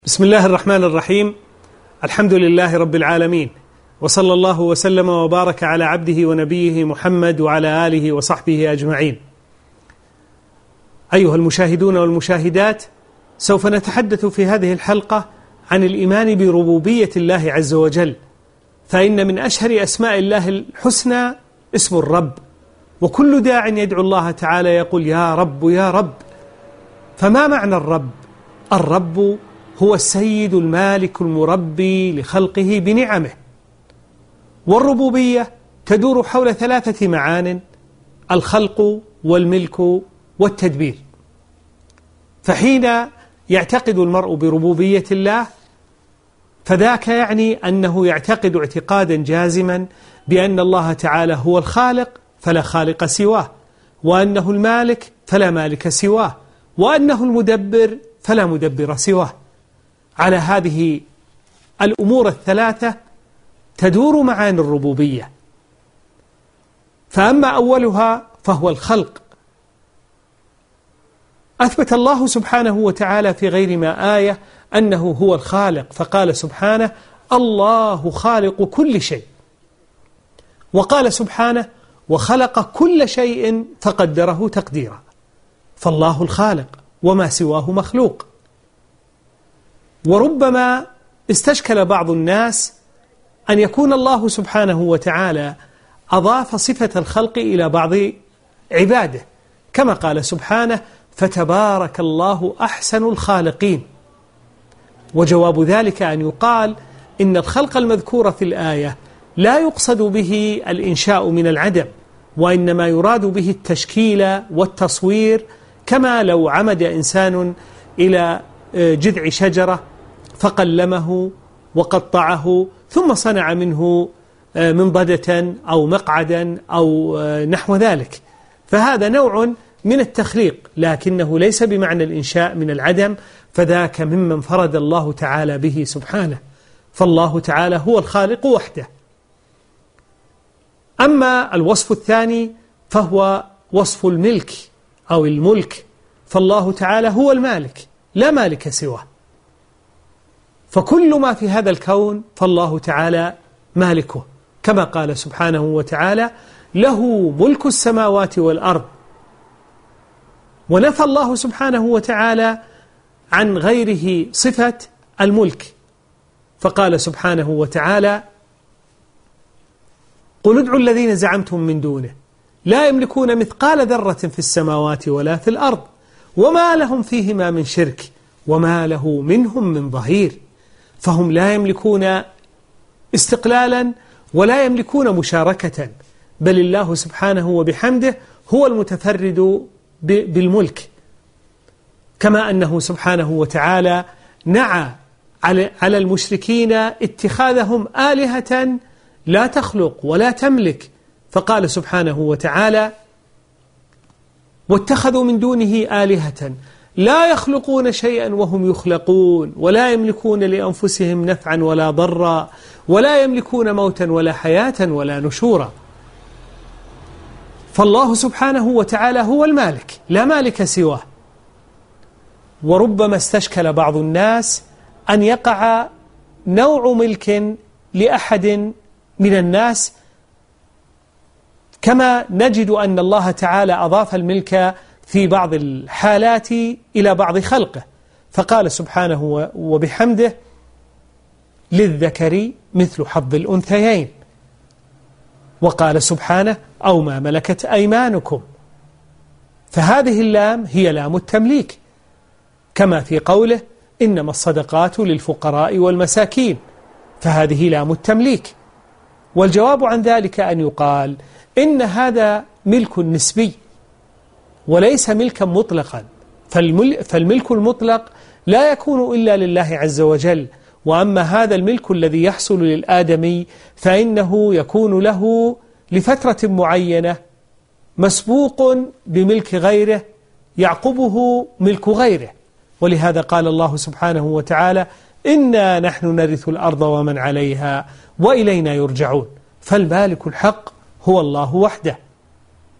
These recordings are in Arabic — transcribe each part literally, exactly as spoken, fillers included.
بسم الله الرحمن الرحيم. الحمد لله رب العالمين، وصلى الله وسلم وبارك على عبده ونبيه محمد وعلى آله وصحبه أجمعين. أيها المشاهدون والمشاهدات، سوف نتحدث في هذه الحلقة عن الإيمان بربوبية الله عز وجل، فإن من أشهر أسماء الله الحسنى اسم الرب، وكل داع يدعو الله تعالى يقول يا رب يا رب. فما معنى الرب؟ الرب هو السيد المالك المربي لخلقه بنعمه. والربوبية تدور حول ثلاثة معان: الخلق والملك والتدبير. فحين يعتقد المرء بربوبية الله فذاك يعني أنه يعتقد اعتقادا جازما بأن الله تعالى هو الخالق فلا خالق سواه، وأنه المالك فلا مالك سواه، وأنه المدبر فلا مدبر سواه. على هذه الأمور الثلاثة تدور معاني الربوبية. فأما أولها فهو الخلق. أثبت الله سبحانه وتعالى في غير ما آية أنه هو الخالق، فقال سبحانه الله خالق كل شيء، وقال سبحانه وخلق كل شيء فقدره تقديرا. فالله الخالق وما سواه مخلوق. وربما استشكل بعض الناس أن يكون الله سبحانه وتعالى أضاف صفة الخلق إلى بعض عباده، كما قال سبحانه فتبارك الله أحسن الخالقين. وجواب ذلك أن يقال إن الخلق المذكور في الآية لا يقصد به الإنشاء من العدم، وإنما يراد به التشكيل والتصوير، كما لو عمد إنسان إلى جذع شجرة فقلمه وقطعه ثم صنع منه منضدة أو مقعدا أو نحو ذلك، فهذا نوع من التخليق، لكنه ليس بمعنى الإنشاء من العدم، فذاك ممن فرد الله تعالى به سبحانه. فالله تعالى هو الخالق وحده. أما الوصف الثاني فهو وصف الملك أو الملك، فالله تعالى هو المالك لا مالك سواه. فكل ما في هذا الكون فالله تعالى مالكه، كما قال سبحانه وتعالى له ملك السماوات والأرض. ونفى الله سبحانه وتعالى عن غيره صفة الملك، فقال سبحانه وتعالى قل ادعوا الذين زعمتم من دونه لا يملكون مثقال ذرة في السماوات ولا في الأرض وما لهم فيهما من شرك وما له منهم من ظهير. فهم لا يملكون استقلالا ولا يملكون مشاركة، بل الله سبحانه وبحمده هو المتفرد بالملك، كما أنه سبحانه وتعالى نعى على المشركين اتخاذهم آلهة لا تخلق ولا تملك، فقال سبحانه وتعالى واتخذوا من دونه آلهة لا يخلقون شيئا وهم يخلقون ولا يملكون لأنفسهم نفعا ولا ضرا ولا يملكون موتا ولا حياة ولا نشورا. فالله سبحانه وتعالى هو المالك لا مالك سواه. وربما استشكل بعض الناس أن يقع نوع ملك لأحد من الناس، كما نجد أن الله تعالى أضاف الملك في بعض الحالات إلى بعض خلقه، فقال سبحانه وبحمده للذكر مثل حظ الأنثيين، وقال سبحانه أو ما ملكت أيمانكم. فهذه اللام هي لام التمليك، كما في قوله إنما الصدقات للفقراء والمساكين، فهذه لام التمليك. والجواب عن ذلك أن يقال إن هذا ملك نسبي وليس ملكا مطلقا، فالملك المطلق لا يكون إلا لله عز وجل. وأما هذا الملك الذي يحصل للآدمي فإنه يكون له لفترة معينة مسبوق بملك غيره يعقبه ملك غيره. ولهذا قال الله سبحانه وتعالى إنا نحن نرث الأرض ومن عليها وإلينا يرجعون. فالمالك الحق هو الله وحده.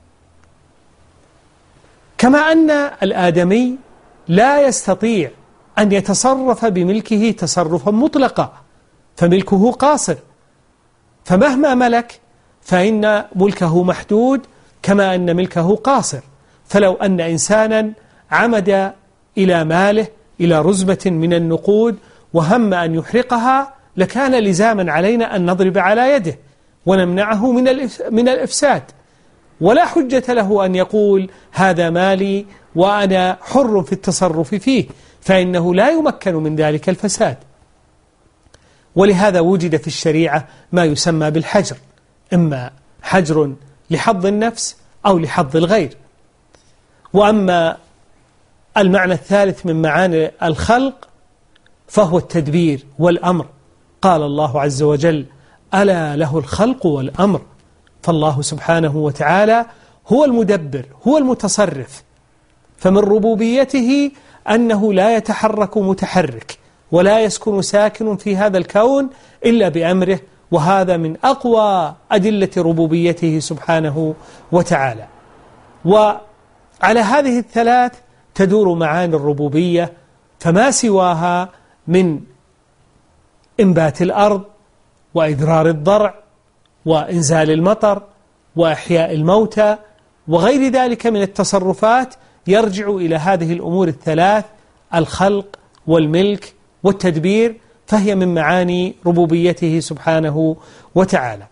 كما أن الآدمي لا يستطيع أن يتصرف بملكه تصرفا مطلقا، فملكه قاصر، فمهما ملك فإن ملكه محدود كما أن ملكه قاصر. فلو أن إنسانا عمد إلى ماله إلى رزبة من النقود وهم أن يحرقها لكان لزاما علينا أن نضرب على يده ونمنعه من من الإفساد، ولا حجة له أن يقول هذا مالي وأنا حر في التصرف فيه، فإنه لا يمكن من ذلك الفساد. ولهذا وجد في الشريعة ما يسمى بالحجر، إما حجر لحظ النفس أو لحظ الغير. وأما المعنى الثالث من معاني الخلق فهو التدبير والأمر. قال الله عز وجل: ألا له الخلق والأمر. فالله سبحانه وتعالى هو المدبر، هو المتصرف. فمن ربوبيته أنه لا يتحرك متحرك ولا يسكن ساكن في هذا الكون إلا بأمره، وهذا من أقوى أدلة ربوبيته سبحانه وتعالى. وعلى هذه الثلاث تدور معاني الربوبية، فما سواها من إنبات الأرض وإدرار الضرع وإنزال المطر وإحياء الموتى وغير ذلك من التصرفات يرجع إلى هذه الأمور الثلاث: الخلق والملك والتدبير، فهي من معاني ربوبيته سبحانه وتعالى.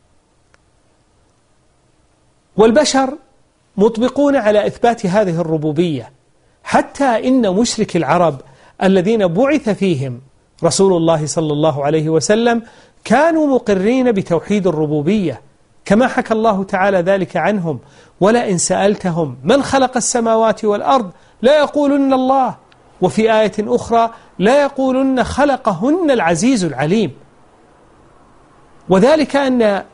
والبشر مطبقون على إثبات هذه الربوبية، حتى إن مشرك العرب الذين بعث فيهم رسول الله صلى الله عليه وسلم كانوا مقرين بتوحيد الربوبية، كما حكى الله تعالى ذلك عنهم: ولئن سألتهم من خلق السماوات والأرض لا يقولن الله، وفي آية أخرى لا يقولن خلقهن العزيز العليم. وذلك أن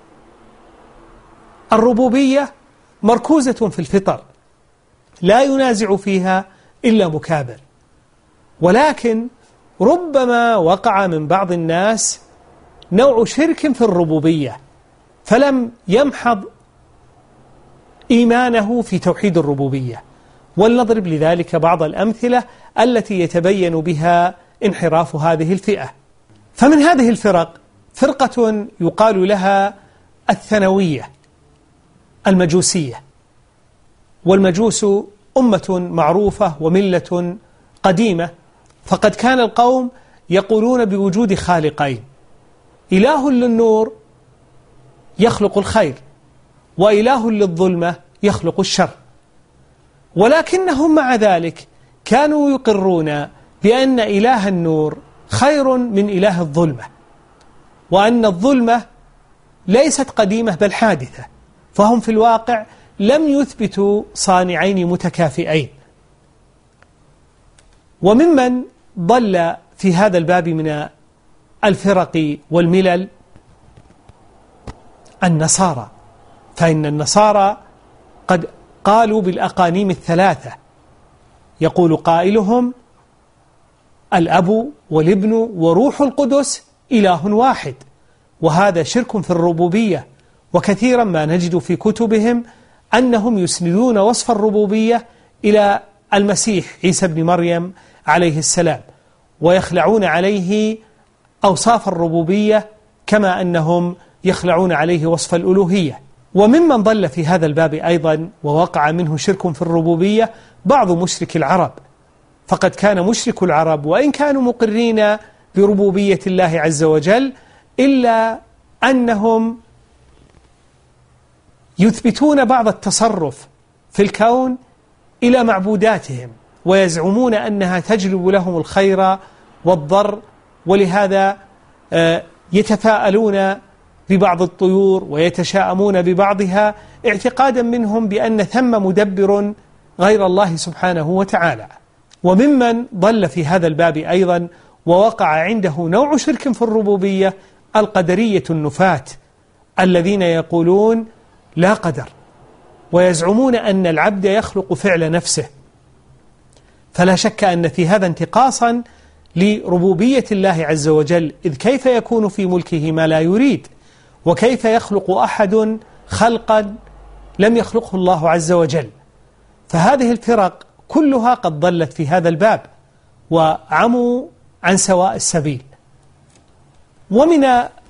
الربوبية مركوزة في الفطر لا ينازع فيها إلا مكابر، ولكن ربما وقع من بعض الناس نوع شرك في الربوبية فلم يمحض إيمانه في توحيد الربوبية. ولنضرب لذلك بعض الأمثلة التي يتبين بها انحراف هذه الفئة. فمن هذه الفرق فرقة يقال لها الثانوية المجوسية، والمجوس أمة معروفة وملة قديمة، فقد كان القوم يقولون بوجود خالقين: إله للنور يخلق الخير، وإله للظلمة يخلق الشر. ولكنهم مع ذلك كانوا يقرون بأن إله النور خير من إله الظلمة، وأن الظلمة ليست قديمة بل حادثة، فهم في الواقع لم يثبتوا صانعين متكافئين. وممن ضل في هذا الباب من الفرق والملل النصارى، فإن النصارى قد قالوا بالأقانيم الثلاثة، يقول قائلهم: الأب والابن وروح القدس إله واحد، وهذا شرك في الربوبية. وكثيرا ما نجد في كتبهم أنهم يسندون وصف الربوبية إلى المسيح عيسى بن مريم عليه السلام، ويخلعون عليه أوصاف الربوبية كما أنهم يخلعون عليه وصف الألوهية. وممن ضل في هذا الباب أيضا ووقع منه شرك في الربوبية بعض مشرك العرب، فقد كان مشرك العرب وإن كانوا مقرين بربوبية الله عز وجل إلا أنهم يثبتون بعض التصرف في الكون إلى معبوداتهم، ويزعمون أنها تجلب لهم الخير والضر، ولهذا يتفاءلون ببعض الطيور ويتشاءمون ببعضها اعتقادا منهم بأن ثم مدبر غير الله سبحانه وتعالى. وممن ضل في هذا الباب أيضا ووقع عنده نوع شرك في الربوبية القدرية النفاة، الذين يقولون لا قدر، ويزعمون أن العبد يخلق فعل نفسه. فلا شك أن في هذا انتقاصا لربوبية الله عز وجل، إذ كيف يكون في ملكه ما لا يريد؟ وكيف يخلق أحد خلقا لم يخلقه الله عز وجل؟ فهذه الفرق كلها قد ضلت في هذا الباب، وعموا عن سواء السبيل. ومن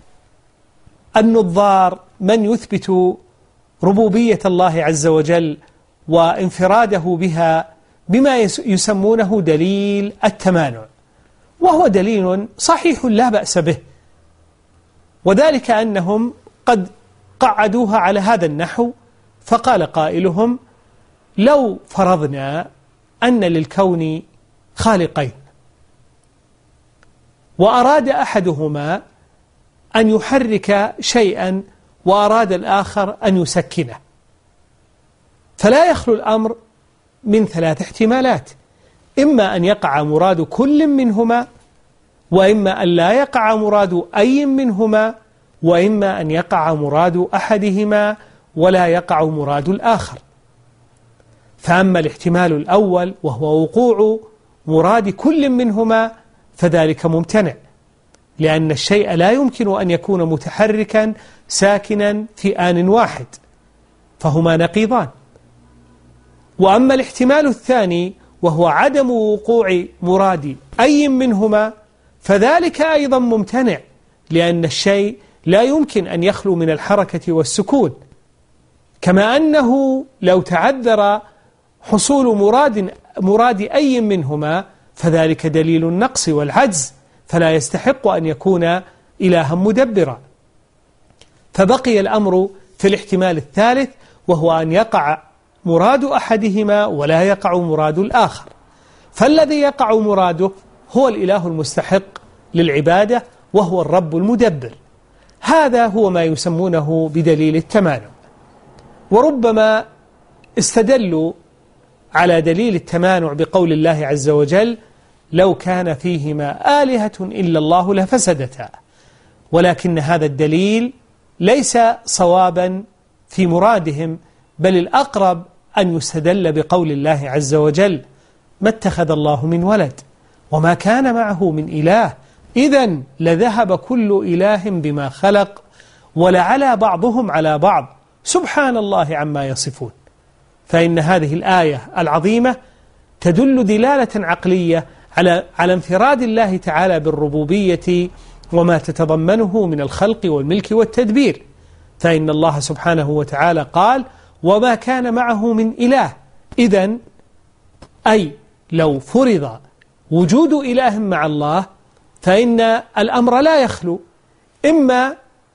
النظار من يثبت ربوبية الله عز وجل وانفراده بها بما يسمونه دليل التمانع، وهو دليل صحيح لا بأس به، وذلك أنهم قد قعدوها على هذا النحو. فقال قائلهم: لو فرضنا أن للكون خالقين، وأراد أحدهما أن يحرك شيئا وأراد الآخر أن يسكنه، فلا يخلو الأمر من ثلاث احتمالات: إما أن يقع مراد كل منهما، وإما أن لا يقع مراد أي منهما، وإما أن يقع مراد أحدهما ولا يقع مراد الآخر. فأما الاحتمال الأول وهو وقوع مراد كل منهما فذلك ممتنع، لأن الشيء لا يمكن أن يكون متحركا ساكنا في آن واحد، فهما نقيضان. وأما الاحتمال الثاني وهو عدم وقوع مراد أي منهما فذلك أيضا ممتنع، لأن الشيء لا يمكن أن يخلو من الحركة والسكون، كما أنه لو تعذر حصول مراد مراد أي منهما فذلك دليل النقص والعجز، فلا يستحق أن يكون إلها مدبرا. فبقي الأمر في الاحتمال الثالث وهو أن يقع مراد أحدهما ولا يقع مراد الآخر، فالذي يقع مراده هو الإله المستحق للعبادة وهو الرب المدبر. هذا هو ما يسمونه بدليل التمانع. وربما استدلوا على دليل التمانع بقول الله عز وجل: لو كان فيهما آلهة إلا الله لفسدتا. ولكن هذا الدليل ليس صوابا في مرادهم، بل الأقرب أن يستدل بقول الله عز وجل: ما اتخذ الله من ولد وما كان معه من إله إذن لذهب كل إله بما خلق ولعلى بعضهم على بعض سبحان الله عما يصفون. فإن هذه الآية العظيمة تدل دلالة عقلية على على انفراد الله تعالى بالربوبية وما تتضمنه من الخلق والملك والتدبير. فإن الله سبحانه وتعالى قال: وما كان معه من إله. إذن أي لو فرض وجود إله مع الله فإن الأمر لا يخلو، إما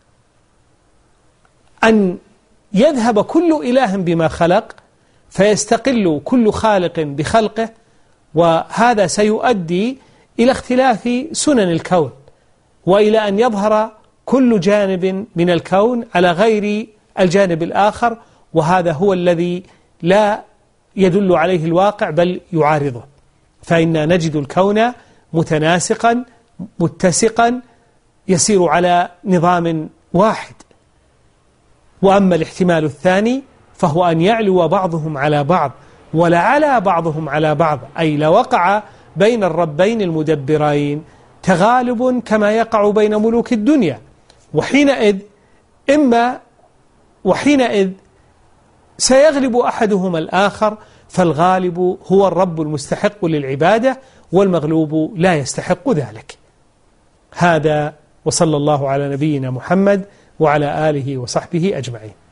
أن يذهب كل إله بما خلق فيستقل كل خالق بخلقه، وهذا سيؤدي إلى اختلاف سنن الكون، وإلى أن يظهر كل جانب من الكون على غير الجانب الآخر، وهذا هو الذي لا يدل عليه الواقع بل يعارضه. فإننا نجد الكون متناسقا متسقا يسير على نظام واحد. وأما الاحتمال الثاني فهو أن يعلو بعضهم على بعض ولعلى بعضهم على بعض، أي لوقع بين الربين المدبرين تغالب كما يقع بين ملوك الدنيا، وحينئذ إما وحينئذ سيغلب أحدهما الآخر، فالغالب هو الرب المستحق للعبادة والمغلوب لا يستحق ذلك. هذا، وصلى الله على نبينا محمد وعلى آله وصحبه أجمعين.